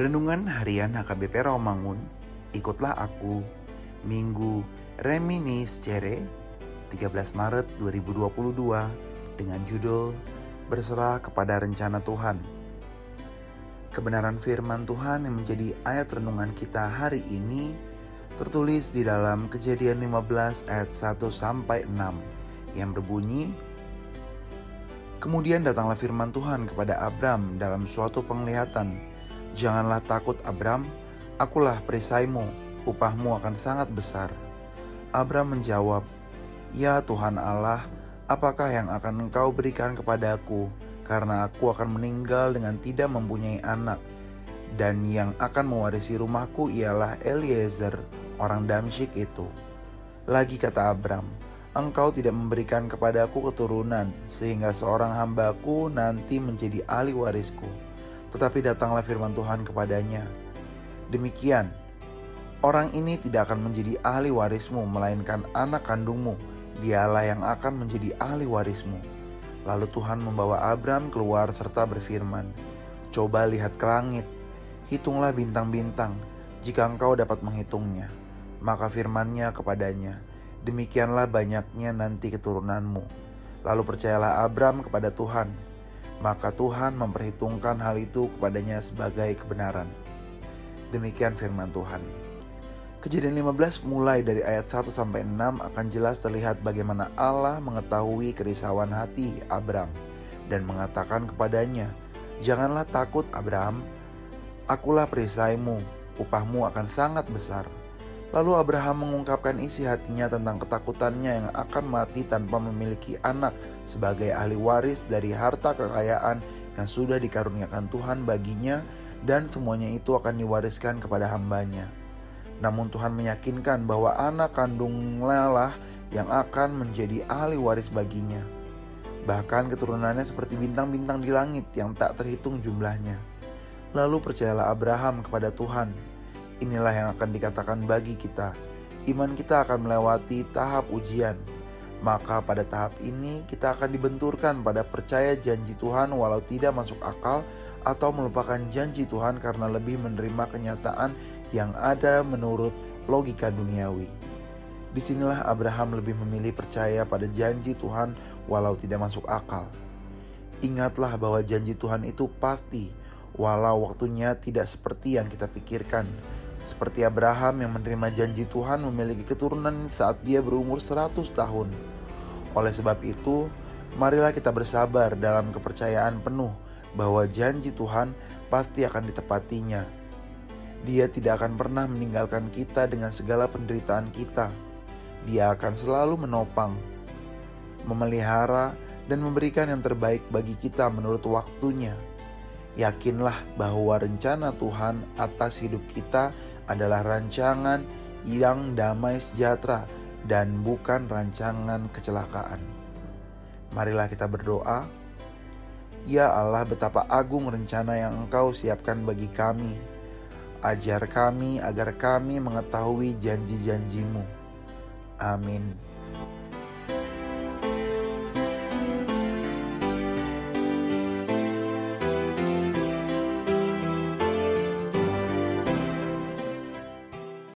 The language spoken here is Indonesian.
Renungan Harian HKBP Rawamangun, ikutlah aku, Minggu Reminis Cere, 13 Maret 2022, dengan judul Berserah kepada Rencana Tuhan. Kebenaran firman Tuhan yang menjadi ayat renungan kita hari ini tertulis di dalam Kejadian 15 ayat 1-6 yang berbunyi, "Kemudian datanglah firman Tuhan kepada Abram dalam suatu penglihatan. Janganlah takut Abram, akulah perisaimu, upahmu akan sangat besar." Abram menjawab, "Ya Tuhan Allah, apakah yang akan Engkau berikan kepadaku, karena aku akan meninggal dengan tidak mempunyai anak, dan yang akan mewarisi rumahku ialah Eliezer, orang Damsyik itu." Lagi kata Abram, "Engkau tidak memberikan kepadaku keturunan, sehingga seorang hambaku nanti menjadi ahli warisku." Tetapi datanglah firman Tuhan kepadanya, "Demikian, orang ini tidak akan menjadi ahli warismu, melainkan anak kandungmu, dialah yang akan menjadi ahli warismu." Lalu Tuhan membawa Abram keluar serta berfirman, "Coba lihat ke langit, hitunglah bintang-bintang, jika engkau dapat menghitungnya." Maka firman-Nya kepadanya, "Demikianlah banyaknya nanti keturunanmu." Lalu percayalah Abram kepada Tuhan, maka Tuhan memperhitungkan hal itu kepadanya sebagai kebenaran. Demikian firman Tuhan. Kejadian 15 mulai dari ayat 1-6 akan jelas terlihat bagaimana Allah mengetahui kerisauan hati Abram dan mengatakan kepadanya, "Janganlah takut Abram, akulah perisaimu, upahmu akan sangat besar." Lalu Abraham mengungkapkan isi hatinya tentang ketakutannya yang akan mati tanpa memiliki anak sebagai ahli waris dari harta kekayaan yang sudah dikaruniakan Tuhan baginya, dan semuanya itu akan diwariskan kepada hambanya. Namun Tuhan meyakinkan bahwa anak kandungnya lah yang akan menjadi ahli waris baginya. Bahkan keturunannya seperti bintang-bintang di langit yang tak terhitung jumlahnya. Lalu percayalah Abraham kepada Tuhan. Inilah yang akan dikatakan bagi kita, iman kita akan melewati tahap ujian. Maka pada tahap ini kita akan dibenturkan pada percaya janji Tuhan walau tidak masuk akal, atau melupakan janji Tuhan karena lebih menerima kenyataan yang ada menurut logika duniawi. Disinilah Abraham lebih memilih percaya pada janji Tuhan walau tidak masuk akal. Ingatlah bahwa janji Tuhan itu pasti, walau waktunya tidak seperti yang kita pikirkan. Seperti Abraham yang menerima janji Tuhan memiliki keturunan saat dia berumur 100 tahun. Oleh sebab itu, marilah kita bersabar dalam kepercayaan penuh bahwa janji Tuhan pasti akan ditepatinya. Dia tidak akan pernah meninggalkan kita dengan segala penderitaan kita. Dia akan selalu menopang, memelihara, dan memberikan yang terbaik bagi kita menurut waktunya. Yakinlah bahwa rencana Tuhan atas hidup kita adalah rancangan yang damai sejahtera dan bukan rancangan kecelakaan. Marilah kita berdoa. Ya Allah, betapa agung rencana yang Engkau siapkan bagi kami. Ajar kami agar kami mengetahui janji-janji-Mu. Amin.